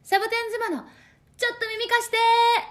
サボテン妻のちょっと耳貸して。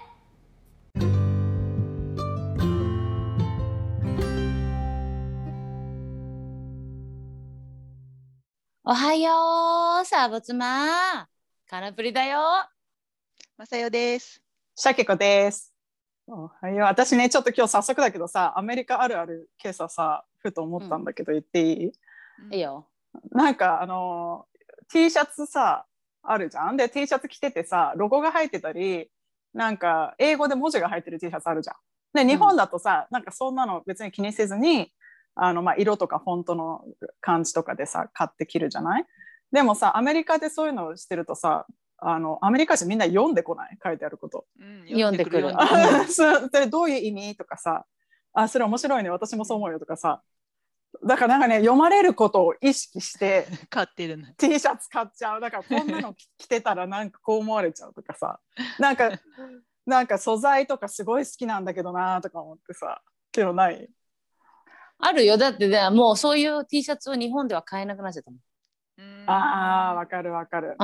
おはよう、サボ妻。カナプリだよ。 まさよです。 シャケコです。おはよう。私ね、ちょっと今日早速だけどさ、アメリカあるある今朝さ、ふと思ったんだけど、言っていい？ いいよ。 なんかT シャツさ、あるじゃん。で、T シャツ着ててさ、ロゴが入ってたり、なんか英語で文字が入ってる T シャツあるじゃん。で、日本だとさ、なんかそんなの別に気にせずに、色とかフォントの感じとかでさ、買って着るじゃない？でもさ、アメリカでそういうのをしてるとさ、アメリカ人みんな読んでこない？書いてあること。 読んでくる。 それどういう意味とかさ、それ面白いね、私もそう思うよとかさ、だからなんかね、読まれることを意識して買ってるの T シャツ買っちゃう。だからこんなの着てたらなんかこう思われちゃうとかさ、なんか素材とかすごい好きなんだけどなとか思ってさ、けどない？ あるよ。だってね、もうそういう T シャツを日本では買えなくなっちゃったもん。 わかるわかる。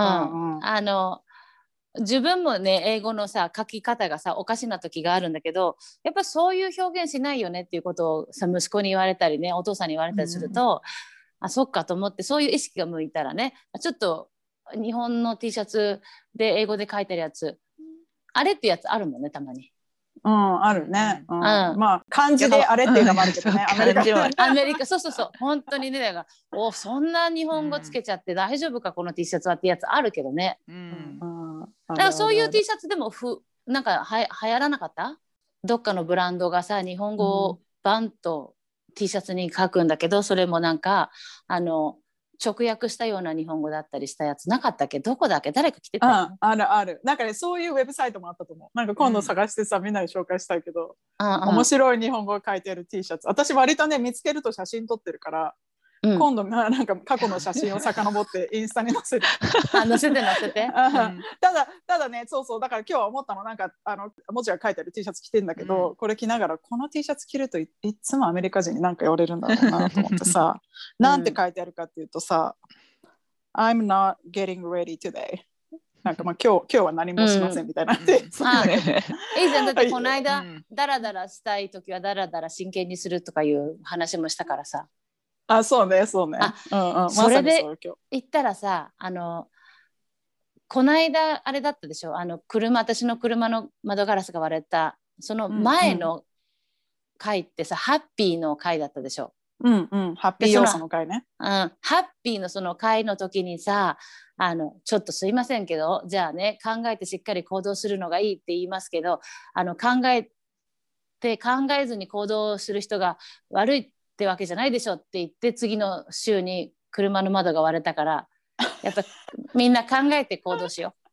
自分もね、英語のさ書き方がさおかしな時があるんだけど、やっぱそういう表現しないよねっていうことをさ息子に言われたりね、お父さんに言われたりすると、そっかと思って、そういう意識が向いたらね、ちょっと日本の T シャツで英語で書いてるやつ、あれってやつあるもんね、たまに。 あるね。まあ漢字であれっていうのもあるけどね、アメリカそう本当にね、だからそんな日本語つけちゃって大丈夫かこの T シャツはってやつあるけどね。だからそういう T シャツでもなんか流行らなかった？どっかのブランドがさ日本語をバンと T シャツに書くんだけど、それもなんか直訳したような日本語だったりしたやつなかったっけ？どこだっけ？誰か来てたよ。 ある。なんかね、そういうウェブサイトもあったと思う。なんか今度探してさ、みんなに紹介したいけど、面白い日本語が書いてある T シャツ。私割とね、見つけると写真撮ってるから、今度なんか過去の写真を遡ってインスタに載せる。 載せて。 ただね、そうだから今日は思ったの、なんか文字が書いてある T シャツ着てんだけど、これ着ながらこの T シャツ着ると いつもアメリカ人に何か言われるんだろうなと思ってさなんて書いてあるかっていうとさ、I'm not getting ready today。なんか今日は何もしませんみたいな。いいじゃん。だってこの間ダラダラしたい時はダラダラ真剣にするとかいう話もしたからさ。 そうね。それで言ったらさ、この間あれだったでしょ、私の車の窓ガラスが割れたその前の回ってさ、ハッピーの回だったでしょ。 ハッピー要素の回ね。 ハッピーのその回の時にさ、ちょっとすいませんけど、じゃあね、考えてしっかり行動するのがいいって言いますけど、考えずに行動する人が悪いってわけじゃないでしょって言って、次の週に車の窓が割れたから、やっぱみんな考えて行動しよ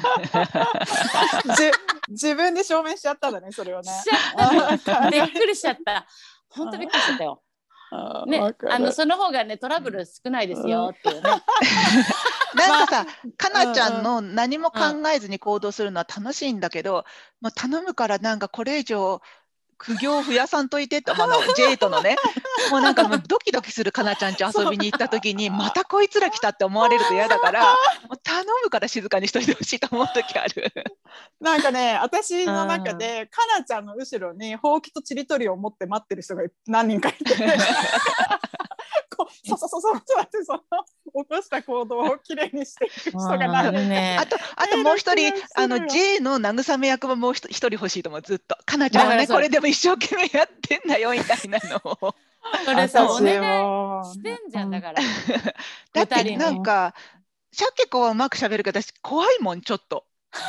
う。自分で証明しちゃったんだね、それをね。 びっくりしちゃった。本当びっくりしちゃったよ。ね、その方がねトラブル少ないですよっていうね。 なんかさ、かなちゃんの何も考えずに行動するのは楽しいんだけど、もう頼むからなんかこれ以上苦行を増やさんといてって、J とのね、もうなんかもうドキドキする。かなちゃんち遊びに行った時にまたこいつら来たって思われると嫌だから、もう頼むから静かにしといてほしいと思う時ある。 なんかね、私の中でかなちゃんの後ろにほうきとちりとりを持って待ってる人が何人かいてそうってその起こした行動をきれいにしていく人が何人か。 あともう一人J の慰め役ももう一人欲しいと思う。ずっとかなちゃんはねこれでも一生懸命やってんだよみたいなのを。 それさ、お願いしてんじゃん。だからだってなんかシャケ子はうまくしゃべるけど私怖いもんちょっと。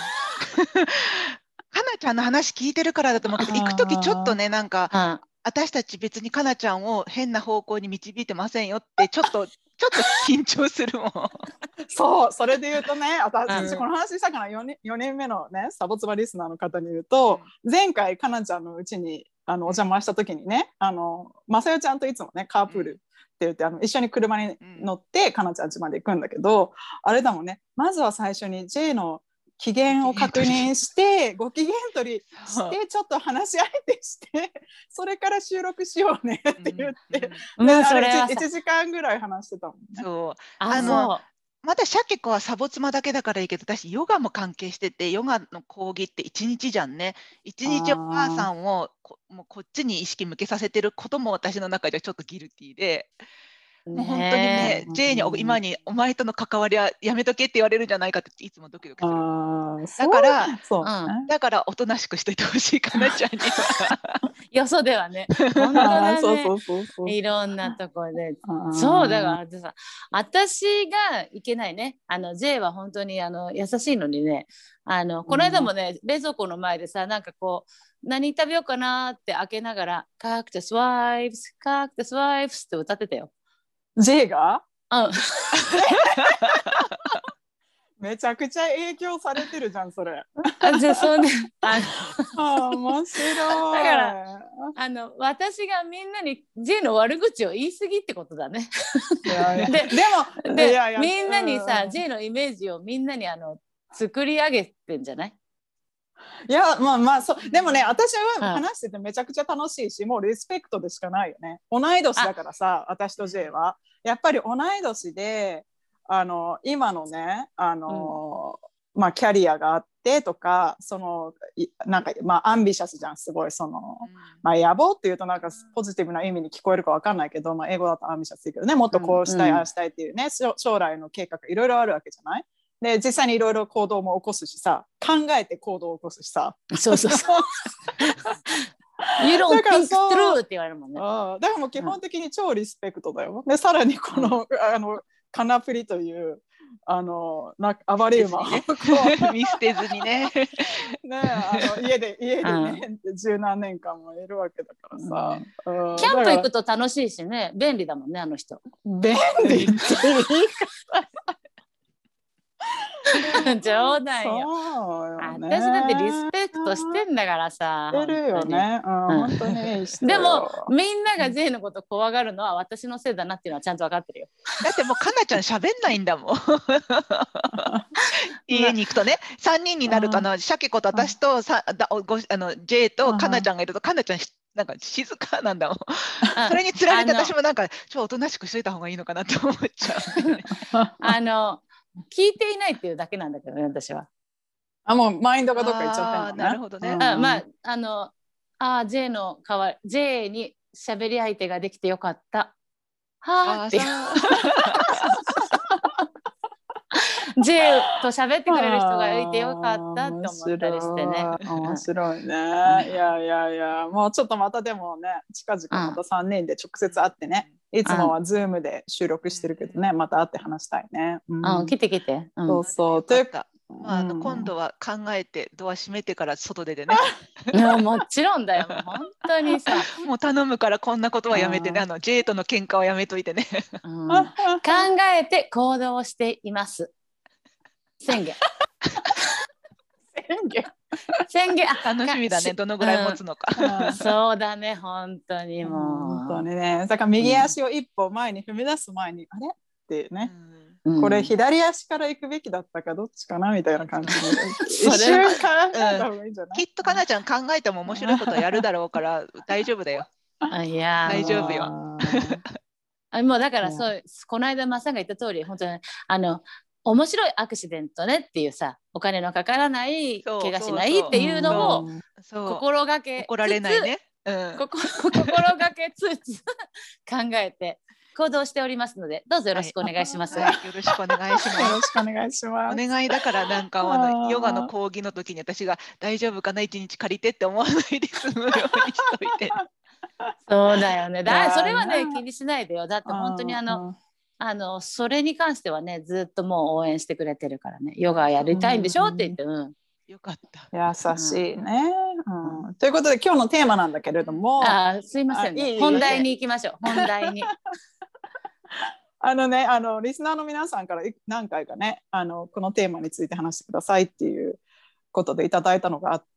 かなちゃんの話聞いてるからだと思うけど、行く時ちょっとね、なんか私たち別にかなちゃんを変な方向に導いてませんよってちょっと緊張するもん。 それで言うとね、私この話したから4年目のねサボツバリスナーの方に言うと、前回かなちゃんのうちにお邪魔した時にね、まさよちゃんといつもねカープールって言って一緒に車に乗ってかなちゃん家まで行くんだけど、あれだもんね、まずは最初に J の機嫌を確認してご機嫌取りしてちょっと話し相手してそれから収録しようねって言って、それ1時間ぐらい話してたもんね。 そうまだシャケ子はサボ妻だけだからいいけど、私ヨガも関係してて、ヨガの講義って一日じゃんね。一日お母さんをもうこっちに意識向けさせてることも私の中ではちょっとギルティーで、もう本当にね、J に今にお前との関わりはやめとけって言われるんじゃないかっていつもドキドキする。だからおとなしくしといてほしいかなちゃんには。 よそではね、本当だね。いろんなところで。そうだからさ、私がいけないね。J は本当に優しいのにね、この間もね、冷蔵庫の前でさ、なんかこう何食べようかなって開けながらカクタスワイプスカクタスワイプスって歌ってたよ。 J が？ うん。 めちゃくちゃ影響されてるじゃんそれ。 じゃあそうね。 面白い。 だから私がみんなに J の悪口を言い過ぎってことだね。でみんなにさ J のイメージをみんなに作り上げてんじゃない？ いやでもね、私は話しててめちゃくちゃ楽しいし、もうリスペクトでしかないよね。同い年だからさ、私と J はやっぱり同い年で今のねキャリアがあってとか、なんかアンビシャスじゃん、すごい野望っていうとなんかポジティブな意味に聞こえるか分かんないけど、英語だとアンビシャスだけどね、もっとこうしたい、ああしたいっていうね、将来の計画いろいろあるわけじゃない。で実際にいろいろ行動も起こすしさ、考えて行動を起こすしさ。 そうそうそう。You don't think through って言われるもんね。 だからもう基本的に超リスペクトだよ。でさらにこのカナプリという暴れ馬を見捨てずにね家でね十何年間もいるわけだからさ、 キャンプ行くと楽しいしね、便利だもんね、あの人。 便利って言い方冗談よ。私だってリスペクトしてんだからさ。 してるよね。本当にいい人よ。 でもみんなが J のこと怖がるのは私のせいだなっていうのはちゃんと分かってるよ。 だってもうかなちゃん喋んないんだもん。家に行くとね、3人になるかな、シャケ子と私とJ とかなちゃんがいると、かなちゃんなんか静かなんだもん。それにつられて私もなんかちょっとおとなしくしといた方がいいのかなって思っちゃう。 聞いていないっていうだけなんだけどね、私は。 もうマインドがどっか行っちゃってるのね。 なるほどね。 J の代わり J に喋り相手ができてよかった。はあって。J と喋ってくれる人がいてよかったって思ったりしてね。 面白いね。いやもうちょっとまたでもね、近々また3人で直接会ってね。いつもはズームで収録してるけどね、また会って話したいね。 来て来て。 そうそう。というか、 今度は考えてドア閉めてから外出てね。 もちろんだよ、もう本当にさ。 もう頼むからこんなことはやめてね、J との喧嘩はやめといてね。 考えて行動しています。宣言。宣言。 楽しみだね、どのぐらい持つのか。 そうだね、本当にもう。 本当にね、だから右足を一歩前に踏み出す前に、あれってね、これ左足から行くべきだったかどっちかなみたいな感じで一瞬考えた方がいいんじゃない？ きっとかなちゃん考えても面白いことやるだろうから大丈夫だよ。 いや大丈夫よ。 もうだからこの間マッサンが言った通り、本当に面白いアクシデントねっていうさ、お金のかからない怪我しないっていうのを心がけつつ、 怒られないね、 心がけつつ考えて行動しておりますので、どうぞよろしくお願いします。 よろしくお願いします。 よろしくお願いします。 お願いだからなんかヨガの講義の時に私が大丈夫かな1日借りてって思わないで済むようにしといて。 そうだよね。それはね気にしないでよ。だって本当にそれに関してはね、ずっともう応援してくれてるからね。ヨガやりたいんでしょって言って、 よかった。 優しいね。ということで今日のテーマなんだけれども、 すいませんね。本題に行きましょう。本題に。 リスナーの皆さんから何回かね、このテーマについて話してくださいっていうことでいただいたのがあって、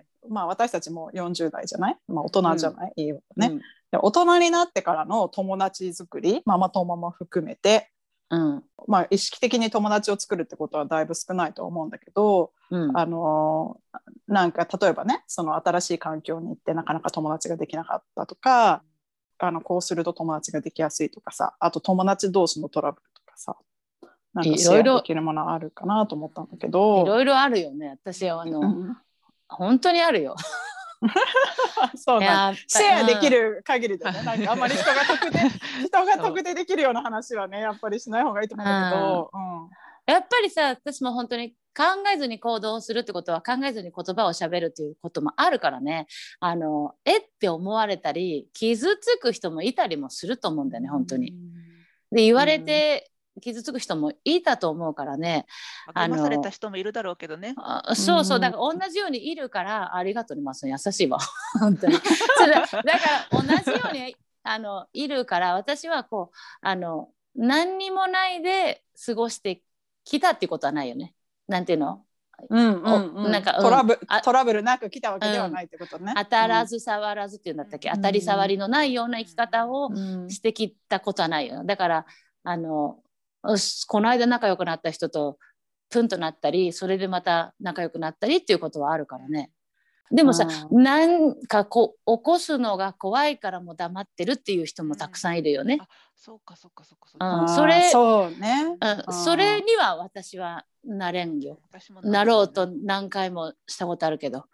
私たちも40代じゃない、大人じゃない、いいわね。で大人になってからの友達作り、ママ友も含めて、意識的に友達を作るってことはだいぶ少ないと思うんだけど、なんか例えばね、その新しい環境に行ってなかなか友達ができなかったとか、こうすると友達ができやすいとかさ、あと友達同士のトラブルとかさ、 なんかシェアできるものあるかなと思ったんだけど。 いろいろあるよね。私は本当にあるよ。 そうなんシェアできる限りでね、なんかあんまり人が特定できるような話はね、やっぱりしない方がいいと思うんだけど、 やっぱりさ、私も本当に考えずに行動するってことは考えずに言葉をしゃべるっていうこともあるからね、って思われたり傷つく人もいたりもすると思うんだよね、本当に。で言われて傷つく人もいたと思うからね。 励まされた人もいるだろうけどね。 そうそう、だから同じようにいるからありがとうね、まあ、優しいわ本当にだから同じようにいるから私はこう何にもないで過ごしてきたっていうことはないよね。なんていうの、 なんか、トラブルなく来たわけではないってことね。 当たらず触らずっていうんだったっけ、当たり障りのないような生き方をしてきたことはないよ。だからこの間仲良くなった人とプンとなったり、それでまた仲良くなったりっていうことはあるからね。でもさ、なんか起こすのが怖いからも黙ってるっていう人もたくさんいるよね。 そうか。 そうね。 それには私はなれんよ。なろうと何回もしたことあるけど。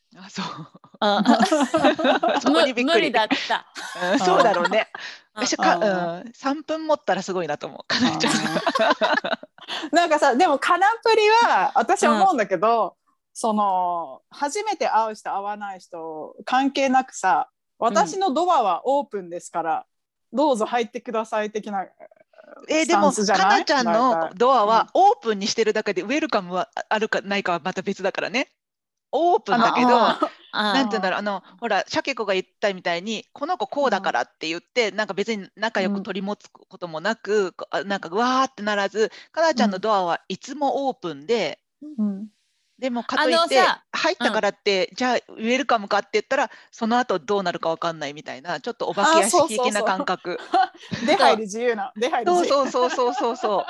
無理だった。 そうだろうね。3分持ったらすごいなと思う。 なんかさ、でもカナプリは私思うんだけど、初めて会う人会わない人関係なくさ、私のドアはオープンですから、どうぞ入ってください的なスタンスじゃない？ でもかなちゃんのドアはオープンにしてるだけでウェルカムはあるかないかはまた別だからね。オープンだけど、なんて言うんだろう、ほらシャケ子が言ったみたいにこの子こうだからって言って、なんか別に仲良く取り持つこともなく、なんかわーってならず、かなちゃんのドアはいつもオープンで、でもかといって入ったからって、じゃあウェルカムかって言ったらその後どうなるか分かんないみたいな、ちょっとお化け屋敷的な感覚。 出入り自由な。 そう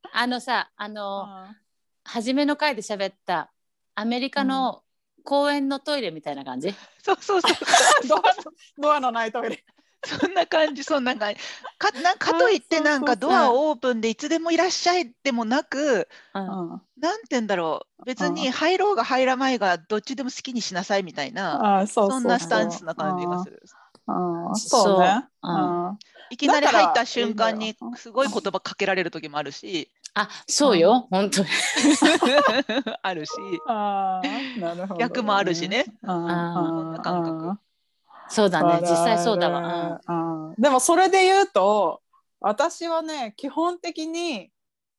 初めの回で喋ったアメリカの公園のトイレみたいな感じ。 そうドアのないトイレ。 そんな感じ。かといってなんかドアオープンでいつでもいらっしゃいでもなく、なんて言うんだろう、別に入ろうが入らないがどっちでも好きにしなさいみたいな、そんなスタンスな感じがする。 そうね。 いきなり入った瞬間にすごい言葉かけられる時もあるし。 そうよ、本当にあるし、逆もあるしね。こんな感覚。 そうだね、実際そうだわ。 でもそれで言うと、私はね、基本的に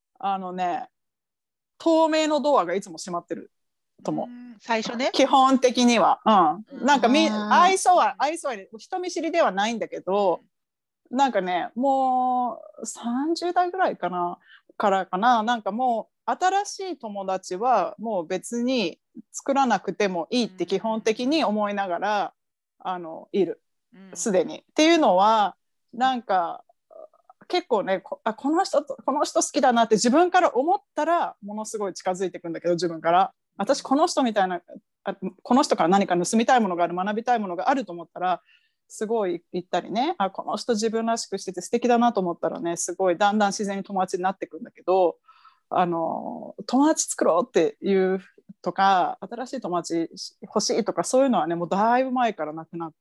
透明のドアがいつも閉まってると思う。 最初ね。 基本的には、なんか愛想は人見知りではないんだけど、なんかね、もう30代ぐらいからかな、なんかもう新しい友達はもう別に作らなくてもいいって基本的に思いながらいる、すでに。っていうのはなんか結構ね、この人好きだなって自分から思ったらものすごい近づいていくんだけど、自分から私この人みたいな、この人から何か盗みたいものがある、学びたいものがあると思ったらすごい言ったりね、この人自分らしくしてて素敵だなと思ったらね、すごいだんだん自然に友達になっていくんだけど、友達作ろうっていうとか新しい友達欲しいとかそういうのはね、もうだいぶ前からなくなって、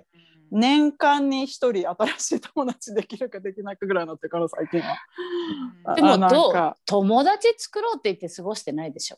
年間に一人新しい友達できるかできないかぐらいになってから最近は。 でも友達作ろうって言って過ごしてないでしょ。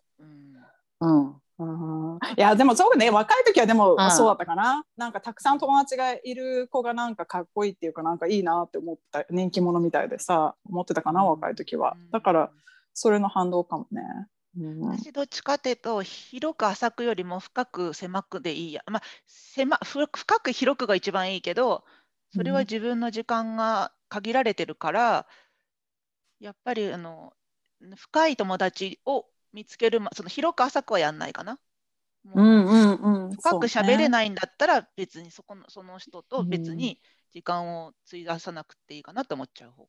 いやでもそうね、若い時はでもそうだったかな。なんかたくさん友達がいる子がなんかかっこいいっていうか、なんかいいなって思った、人気者みたいでさ思ってたかな、若い時は。だからそれの反動かもね。 私どっちかっていうと広く浅くよりも深く狭くでいいや、深く広くが一番いいけど、それは自分の時間が限られてるから、やっぱり深い友達を見つける、その広く浅くはやんないかな。深く喋れないんだったら別にその人と別に時間を費やさなくていいかなと思っちゃう方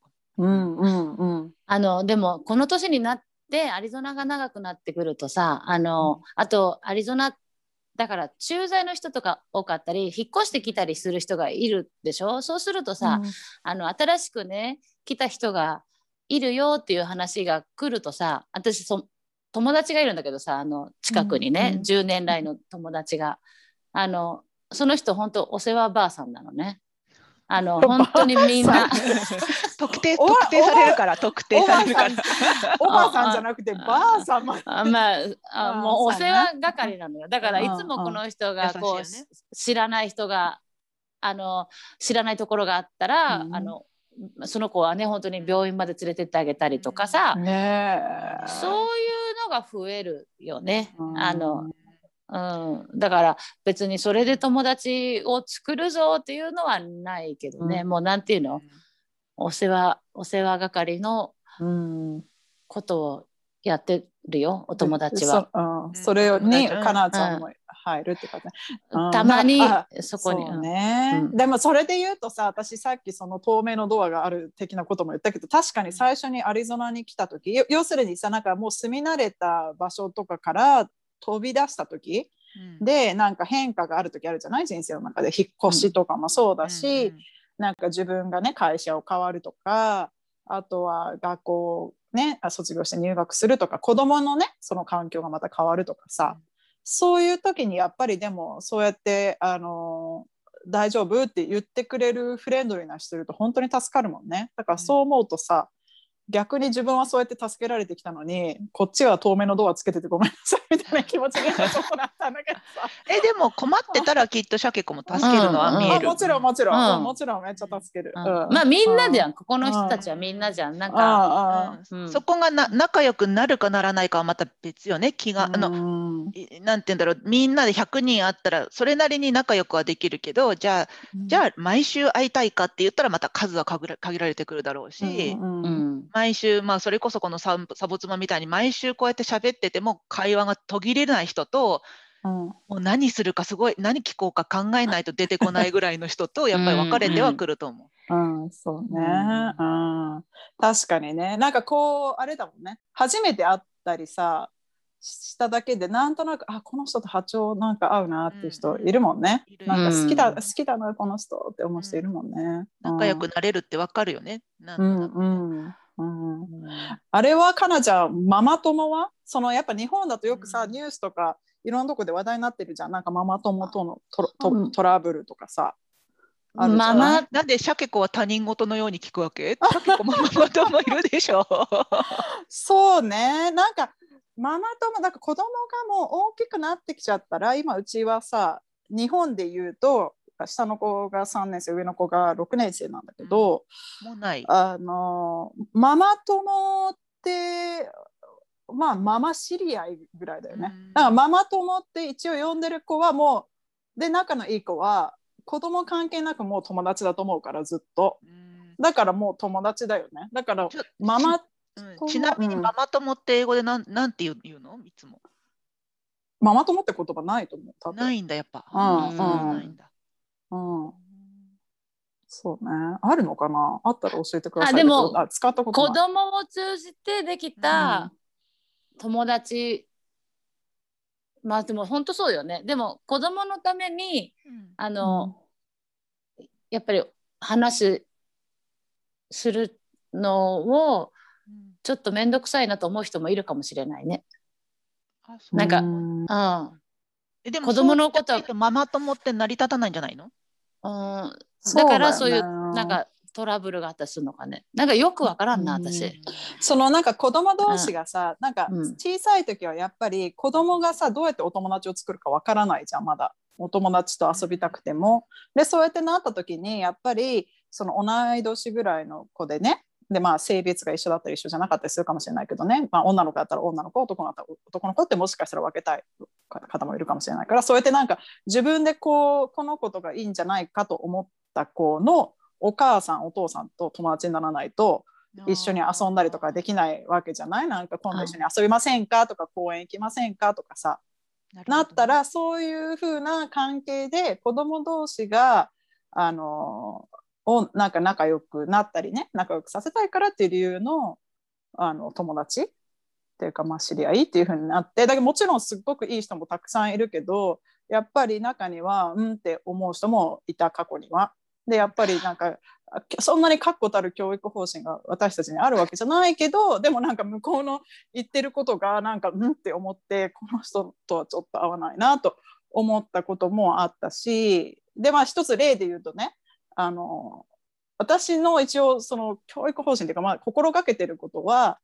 が。 でもこの年になってアリゾナが長くなってくるとさ、あとアリゾナだから駐在の人とか多かったり引っ越してきたりする人がいるでしょ。そうするとさ、新しくね来た人がいるよっていう話が来るとさ、私友達がいるんだけどさ、近くにね、10年来の友達が、その人本当お世話ばあさんなのね。本当にみんな特定されるから、特定されるから。 おばあさんじゃなくてばあさん。 まあもうお世話係なのよ。だからいつもこの人がこう、知らない人が知らないところがあったら、その子はね本当に病院まで連れてってあげたりとかさ、そういうのが増えるよね。だから別にそれで友達を作るぞっていうのはないけどね、もうなんていうの、お世話係のことをやってるよ、お友達は。 それにかなちゃんも入るってことね。 たまにそこに。 でもそれで言うとさ、私さっきその透明のドアがある的なことも言ったけど、確かに最初にアリゾナに来た時、要するにさ、なんかもう住み慣れた場所とかから飛び出した時、でなんか変化がある時あるじゃない、人生の中で。引っ越しとかもそうだし、なんか自分がね会社を変わるとか、あとは学校ね卒業して入学するとか、子供のねその環境がまた変わるとかさ、そういう時にやっぱりでもそうやって大丈夫って言ってくれるフレンドリーな人いると本当に助かるもんね。だからそう思うとさ、逆に自分はそうやって助けられてきたのに、こっちは透明のドアつけててごめんなさいみたいな気持ちにちょっとなったんだけどさでも困ってたらきっとシャケ子も助けるのは見える。 もちろんもちろん、もちろんめっちゃ助ける。 まあみんなじゃん、ここの人たちはみんなじゃん。なんかそこが仲良くなるかならないかはまた別よね。気がなんて言うんだろう、みんなで100人あったらそれなりに仲良くはできるけど、じゃあ毎週会いたいかって言ったらまた数は限られてくるだろうし、毎週それこそこのサボ妻みたいに毎週こうやって喋ってても会話が途切れない人と、もう何するかすごい何聞こうか考えないと出てこないぐらいの人とやっぱり分かれてはくると思う。 そうね、確かにね。なんかこうあれだもんね、初めて会ったりさしただけでなんとなくこの人と波長なんか合うなっていう人いるもんね。なんか好きだなこの人って思う人いるもんね。 仲良くなれるって分かるよね。 あれはかなちゃん、ママ友はやっぱ日本だとよくさ、ニュースとかいろんなとこで話題になってるじゃん。なんかママ友とのトラブルとかさ。 なんでシャケ子は他人事のように聞くわけ？シャケ子ママ友いるでしょ。 そうね、なんかママ友だから子供がもう大きくなってきちゃったら、今うちはさ日本で言うと下の子が3年生上の子が6年生なんだけど、 もうないママ友ってママ知り合いぐらいだよね。だからママ友って一応呼んでる子はもうで、仲のいい子は子供関係なくもう友達だと思うからずっと。だからもう友達だよね。だからママちなみにママ友って英語でなんて言うの？いつもママ友って言葉ないと思う。多分ないんだやっぱ。 ないんだ。そうね。あるのかな。あったら教えてください。 でも使ったことない。 子供を通じてできた友達、でも本当そうよね。でも子供のためにやっぱり話するのをちょっと面倒くさいなと思う人もいるかもしれないね。なんかでも子供のことはママ友って成り立たないんじゃないの？ だからそういうなんかトラブルがあったりするのかね。なんかよくわからんな、私。 なんか子供同士がさ、なんか小さい時はやっぱり子供がさどうやってお友達を作るかわからないじゃん。まだお友達と遊びたくても。でそうやってなった時にやっぱりその同い年ぐらいの子でね、で性別が一緒だったり一緒じゃなかったりするかもしれないけどね、女の子だったら女の子、男の子だったら男の子ってもしかしたら分けたい方もいるかもしれないから、そうやってなんか自分でこの子とかいいんじゃないかと思った子のお母さんお父さんと友達にならないと一緒に遊んだりとかできないわけじゃない。なんか今度一緒に遊びませんかとか公園行きませんかとかさ、なったらそういう風な関係で子供同士がなんか仲良くなったりね、仲良くさせたいからっていう理由の友達っていうか知り合いっていう風になって、だけどもちろんすっごくいい人もたくさんいるけど、やっぱり中にはって思う人もいた、過去には。でやっぱりなんかそんなに確固たる教育方針が私たちにあるわけじゃないけど、でもなんか向こうの言ってることがなんかって思って、この人とはちょっと合わないなと思ったこともあったし、で一つ例で言うとね、私の一応その教育方針というか、心がけてることは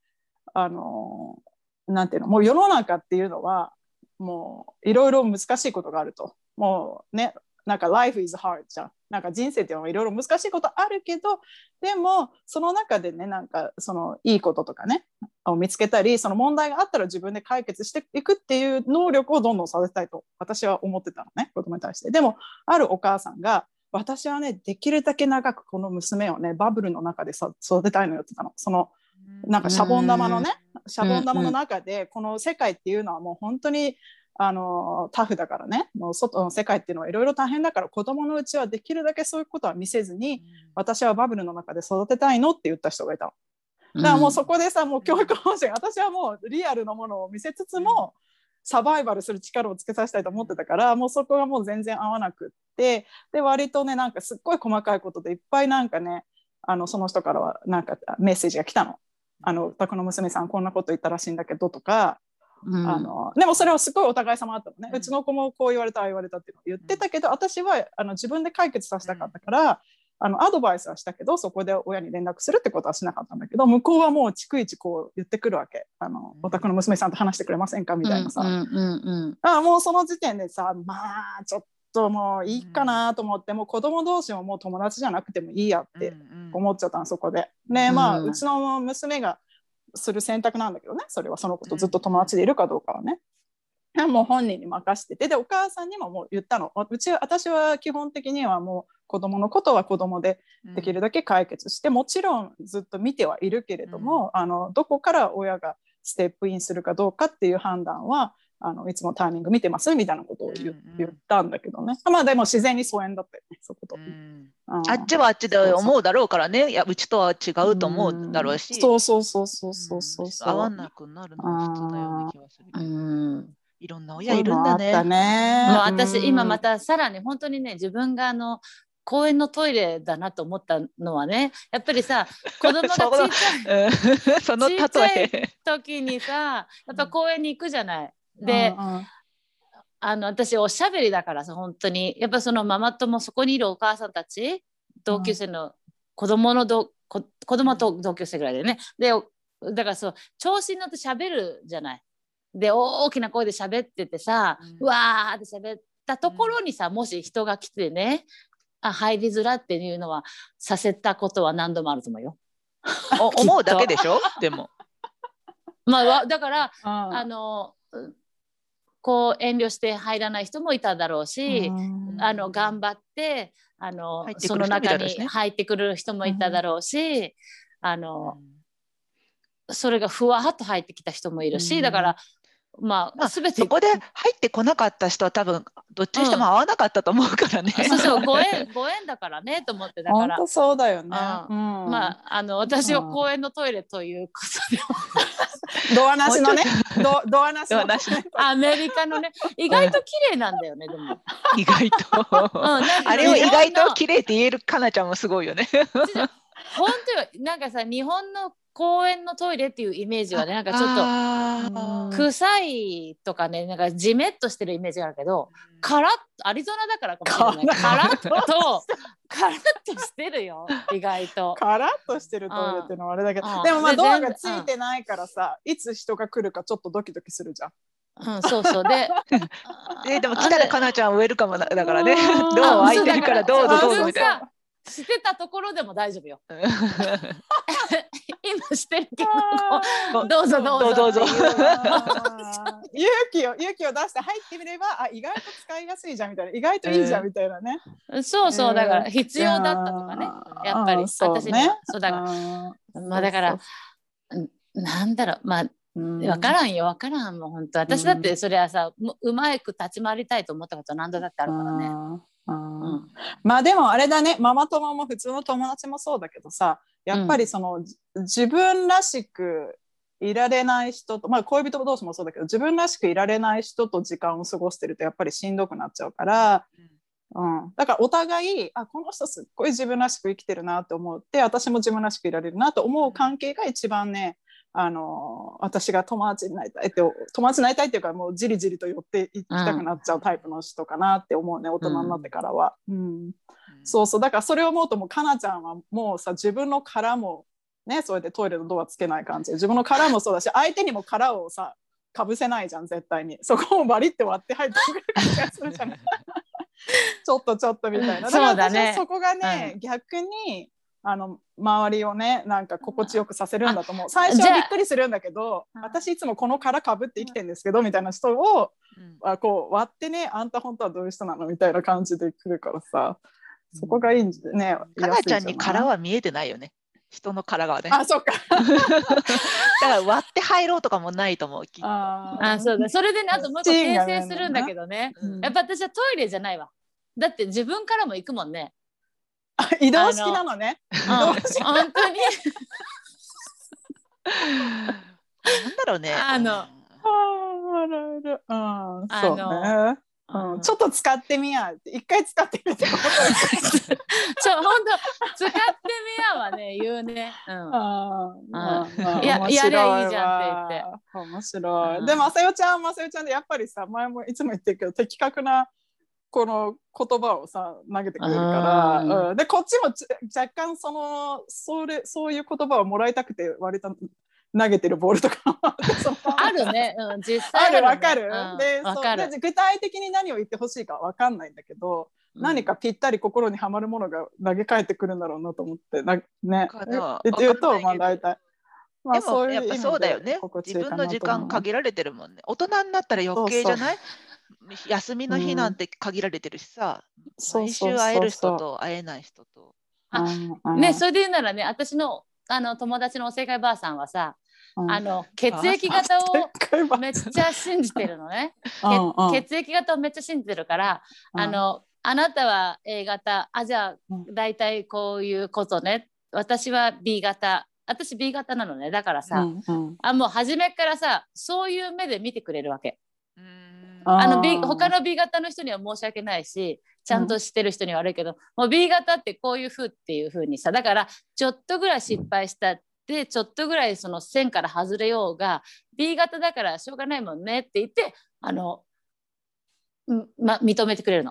なんていうの、もう世の中っていうのはもういろいろ難しいことがあると。もうね、なんか life is hard じゃん。なんか人生っていうのはいろいろ難しいことあるけど、でもその中でね、なんかそのいいこととかねを見つけたり、その問題があったら自分で解決していくっていう能力をどんどんさせたいと私は思ってたのね、子供に対して。でもあるお母さんが、私はね、できるだけ長くこの娘をね、バブルの中で育てたいのよって言ったの。そのなんかシャボン玉のね、シャボン玉の中で、この世界っていうのはもう本当にタフだからね、もう外の世界っていうのはいろいろ大変だから、子供のうちはできるだけそういうことは見せずに、私はバブルの中で育てたいのって言った人がいたの。だからもうそこでさ、もう教育方針、私はもうリアルなものを見せつつも、サバイバルする力をつけさせたいと思ってたから、もうそこがもう全然合わなくって、で割とね、なんかすっごい細かいことでいっぱいなんかね、その人からはなんかメッセージが来たの。お宅の娘さんこんなこと言ったらしいんだけどとか、でもそれはすごいお互い様だったのね、うちの子もこう言われたああ言われたっていうのを言ってたけど、私は自分で解決させたかったから、アドバイスはしたけど、そこで親に連絡するってことはしなかったんだけど、向こうはもう逐一こう言ってくるわけ。お宅の娘さんと話してくれませんかみたいなさ、もうその時点でさ、ちょっともういいかなと思って、もう子供同士ももう友達じゃなくてもいいやって思っちゃったの、そこで。ね、うちの娘がする選択なんだけどね、それはその子とずっと友達でいるかどうかはね、もう本人に任せてて、でお母さんにももう言ったの。私は基本的にはもう子供のことは子供でできるだけ解決して、もちろんずっと見てはいるけれども、どこから親がステップインするかどうかっていう判断はいつもタイミング見てますみたいなことを言ったんだけどね。でも自然に疎遠だったよね、そこと。 あっちはあっちで思うだろうからね、いやうちとは違うと思うだろうし、 そう合わなくなるのは普通のような気がする。いろんな親いるんだね。 もう私今またさらに本当にね、自分が公園のトイレだなと思ったのはね、やっぱりさ、子供が小さい時にさ、やっぱ公園に行くじゃない。で、私おしゃべりだからさ、本当にやっぱそのママ友、そこにいるお母さんたち、同級生の子供と同級生ぐらいでね、でだからそう調子に乗ってしゃべるじゃない。で大きな声で喋っててさ、うわーって喋ったところにさ、もし人が来てね、入りづらっていうのはさせたことは何度もあると思うよ。 思うだけでしょでもだからこう遠慮して入らない人もいただろうし、頑張ってその中に入ってくる人もいただろうし、それがふわっと入ってきた人もいるし、だから全てそこで入ってこなかった人は多分どっちにしても合わなかったと思うからね。 そうご縁だからねと思って。だから本当そうだよね。 私は公園のトイレということでドアなしのね、ドアなしのアメリカのね、意外と綺麗なんだよね。でも意外とあれを意外と綺麗って言えるかなちゃんもすごいよね。 本当よ、なんかさ、日本の公園のトイレっていうイメージはね、なんかちょっと臭いとかね、なんかジメッとしてるイメージがあるけど、カラッとアリゾナだからかもしれない。カラッとしてるよ、意外と。 カラッとしてるトイレっていうのはあれだけど、でもドアがついてないからさ、いつ人が来るかちょっとドキドキするじゃん。 そうそうでも来たらかなちゃんウェルカムだからね。ドア開いてるからどうぞどうぞみたいな。 してたところでも大丈夫よ。今してるけど、どうぞどうぞ。 勇気を出して入ってみれば、意外と使いやすいじゃんみたいな、意外といいじゃんみたいなね。 そうだから必要だったとかね、やっぱり私にはそうだからだからなんだろう、分からんもう本当。私だってそれはさ、うまく立ち回りたいと思ったこと何度だってあるからね。 でもあれだね、ママ友も普通の友達もそうだけどさ、やっぱりその、自分らしくいられない人と、恋人同士もそうだけど、自分らしくいられない人と時間を過ごしてるとやっぱりしんどくなっちゃうから、 だからお互いこの人すっごい自分らしく生きてるなって思って私も自分らしくいられるなと思う関係が一番ね私が友達になりたいっていうかもうじりじりと寄っていきたくなっちゃうタイプの人かなって思うね、大人になってからは、そうそうだからそれを思うともうかなちゃんはもうさ自分の殻もねそれでトイレのドアつけない感じで自分の殻もそうだし相手にも殻をさかぶせないじゃん絶対にそこをバリって割って入ってくる感じがするじゃないちょっとみたいな。だから私はそこがね、逆に周りをねなんか心地よくさせるんだと思う。最初はびっくりするんだけど私いつもこの殻かぶって生きてるんですけどみたいな人を、こう割ってねあんた本当はどういう人なのみたいな感じで来るからさそこがいいんじゃね。 かなちゃんに殻は見えてないよね。人の殻がね。 そうか。 だから割って入ろうとかもないと思う。 そうだ。それでねあともう一個訂正するんだけどね。やっぱ私はトイレじゃないわ。だって自分からも行くもんね。 移動式なのね。 本当に。 なんだろうね。 そうね。ちょっと使ってみやって一回使ってみて本当使ってみやはね言うね。やりゃいいじゃんって言って。 面白い。でまさよちゃんでやっぱりさ前もいつも言ってるけど的確なこの言葉をさ投げてくれるから、でこっちも若干そういう言葉をもらいたくて割と投げてるボールとかあるね、実際あるわかる、で具体的に何を言ってほしいかわかんないんだけど、何かぴったり心にはまるものが投げ返ってくるんだろうなと思ってね言うとまあ大体。 でもやっぱそうだよね。自分の時間限られてるもんね。大人になったら余計じゃない？休みの日なんて限られてるしさ、毎週会える人と会えない人と。 ね、それで言うならね、私の友達のおせかいばあさんはさ、血液型をめっちゃ信じてるのね。血液型をめっちゃ信じてるから、あなたは A 型、じゃあ大体こういうことね。私は B 型。私 B 型なのね。だからさ、もう初めからさ、そういう目で見てくれるわけ。他の B 型の人には申し訳ないしちゃんとしてる人には悪いけど、もう B 型ってこういう風っていう風にさ、だからちょっとぐらい失敗したってちょっとぐらいその線から外れようが B 型だからしょうがないもんねって言って認めてくれるの。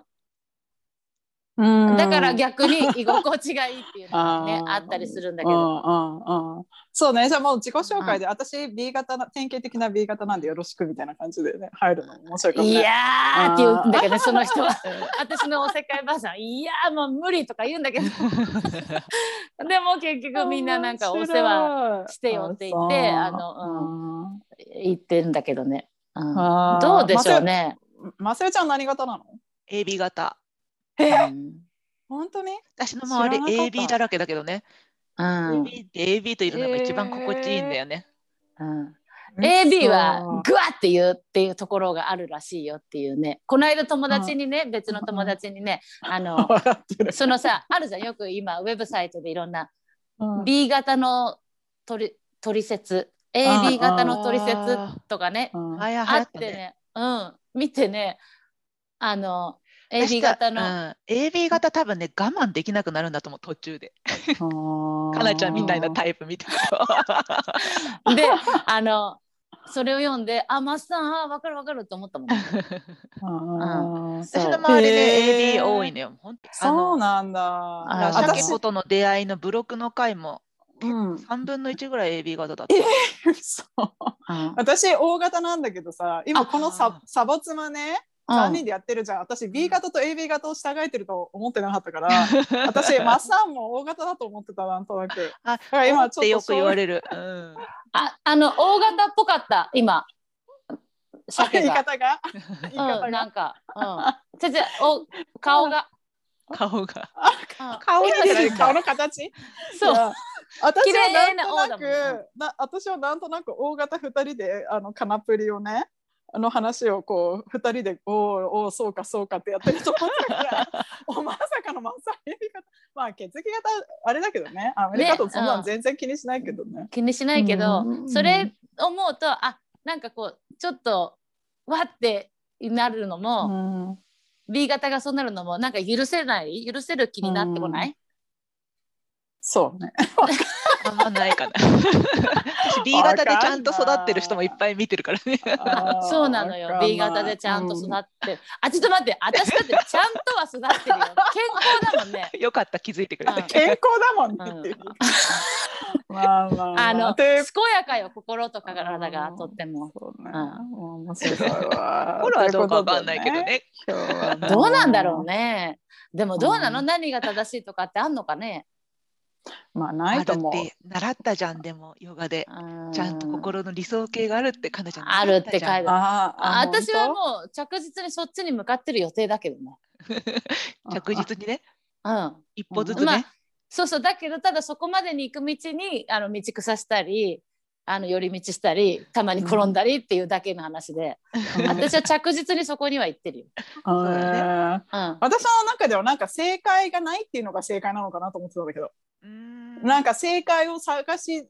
だから逆に居心地がいいっていうのがねあったりするんだけど。 そうね、じゃあもう自己紹介で、私 B 型典型的な B 型なんでよろしくみたいな感じでね入るの面白いかもね。 いやーって言うんだけど、その人は私のおせっかいばあさんいやーもう無理とか言うんだけどでも結局みんななんかお世話してよって言って言ってるんだけどね、どうでしょうね。 まさよちゃん何型なの？ AB 型。 本当に？ 私の周り AB だらけだけどね。AB というのが一番心地いいんだよね。 AB はグワって言うっていうところがあるらしいよっていうね。この間友達にね、別の友達にね、そのさあるじゃん、よく今ウェブサイトでいろんな B 型の取説 AB 型の取説とかねあってね、見てねAB 型の、 AB 型多分ね我慢できなくなるんだと思う途中でかなちゃんみたいなタイプ見てるとでそれを読んでマッサン分かる分かると思ったもん。 私の周りで AB 多いのよ。 そうなんだ。 シャケ子との出会いのブログの回も3分の1ぐらい AB 型だった。 私 O 型なんだけどさ、今このサボ妻ね3人でやってるじゃん。私 B 型と AB 型を従えてると思ってなかったから私マッサンも O 型だと思ってた、なんとなく。だから今ちょっとよく言われる。 O 型っぽかった今。 言い方がなんか顔が顔の形。 そう私はなんとなく O 型2人でカナプリをね話をこう2人でおそうかそうかってやってると思ったからまさかのまさにまあ血液型あれだけどね、アメリカとそんなの全然気にしないけどね。 気にしないけど、それ思うとなんかこうちょっとわってなるのも、 B 型がそうなるのもなんか許せる気になってこない？ そうね。 あんまないかな。私 B 型でちゃんと育ってる人もいっぱい見てるからね。 そうなのよ。B 型でちゃんと育ってる。あ、ちょっと待って、私だってちゃんとは育ってるよ。健康だもんね。 よかった、気づいてくれて。 健康だもんねっていう。まあまあ、 健やかよ、心とか体がとっても。 そうね。面白いわ。 心はどうかわかんないけどね。 どうなんだろうね。でもどうなの？何が正しいとかってあんのかね。 まあないと思う。 習ったじゃん、でもヨガでちゃんと心の理想形があるってかなちゃんあるって書いてある。私はももう着実にそっちに向かってる予定だけどね。 着実にね、一歩ずつね、 まあ、そうそう、だけどただそこまでに行く道に道草したり寄り道したりたまに転んだりっていうだけの話で、私は着実にそこには行ってるよ。 私の中ではなんか正解がないっていうのが正解なのかなと思ってたんだけど、なんか正解を探し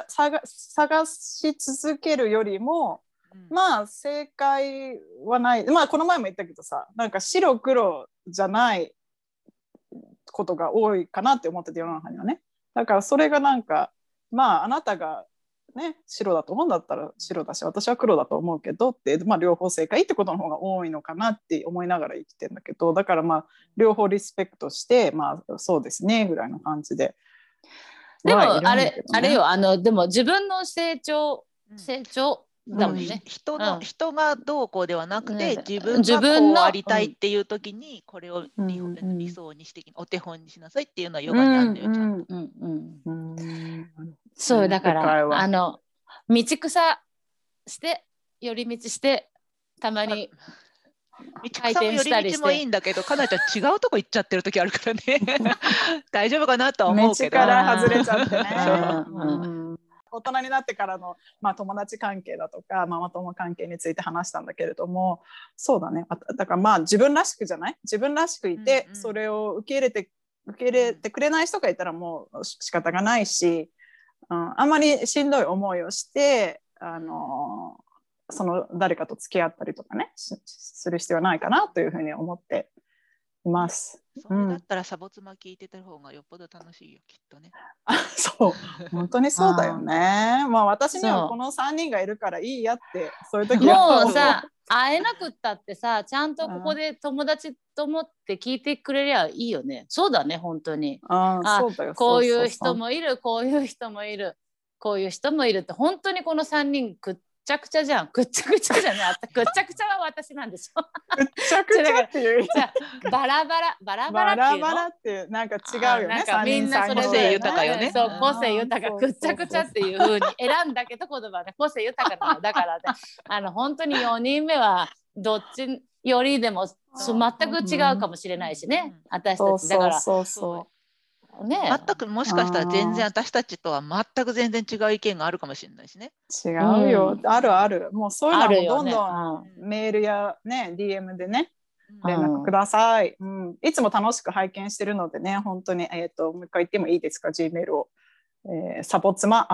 続けるよりも、まあ正解はない。まあこの前も言ったけどさ、なんか白黒じゃないことが多いかなって思ってて、世の中にはね。だからそれがなんか、まああなたがね、白だと思うんだったら白だし、私は黒だと思うけどって、まあ、両方正解ってことの方が多いのかなって思いながら生きてるんだけど、だからまあ両方リスペクトして、まあそうですねぐらいの感じで。 でもあれよ、でも自分の成長だもんね。 人がどうこうではなくて、自分がこうありたいっていう時にこれを理想にしてお手本にしなさいっていうのはヨガにあるんだよ、ちゃんと。 そうだから道草して寄り道してたまに回転したりして。道草も寄り道もいいんだけど、かなちゃん違うとこ行っちゃってる時あるからね。大丈夫かなとは思うけど。 道から外れちゃってね。大人になってからの、まあ、友達関係だとかママ友関係について話したんだけれども、そうだね。だからまあ自分らしくじゃない？自分らしくいて、それを受け入れてくれない人がいたらもう仕方がないし、あんまりしんどい思いをしてその誰かと付き合ったりとかねする必要はないかなというふうに思っています。 そうだったらサボ妻聞いてた方がよっぽど楽しいよ、きっとね。 そう本当にそうだよね。まあ私にはこの3人がいるからいいやって、そういう時はもうさ会えなくったってさ、ちゃんとここで友達と思って聞いてくれりゃいいよね。そうだね、本当に。こういう人もいる、こういう人もいる、こういう人もいるって、本当にこの3人くっちゃくちゃじゃん。くっちゃくちゃじゃね。くっちゃくちゃは私なんでしょ。 くっちゃくちゃっていう。 バラバラってなんか違うよね。 なんかみんなそれ個性豊かよね。 そう、個性豊か、くっちゃくちゃっていう風に選んだけど言葉ね、個性豊かなのだからね。本当に4人目はどっちよりでも全く違うかもしれないしね。私たちだから。 ね、全くもしかしたら全然私たちとは全く全然違う意見があるかもしれないしね。 違うよ、あるもうそういうのもどんどんメールやね DM でね連絡ください、いつも楽しく拝見してるのでね、本当にもう一回言ってもいいですか、 Gmail を、サボツマ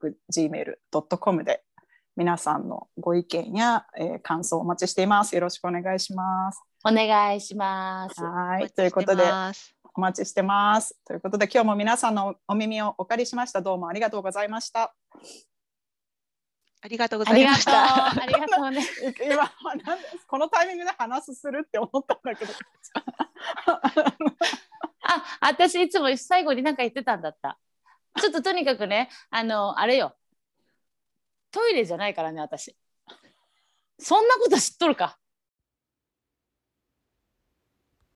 @gmail.com で皆さんのご意見や、感想をお待ちしています。よろしくお願いします。 お願いします。 はい、ということでお待ちしてます。ということで今日も皆さんのお耳をお借りしました。どうもありがとうございました。 ありがとうございました。 ありがとうね。 今このタイミングで話するって思ったんだけど。 私いつも最後に何か言ってたんだった。ちょっととにかくね、あれよ。トイレじゃないからね、私。そんなこと知っとるか。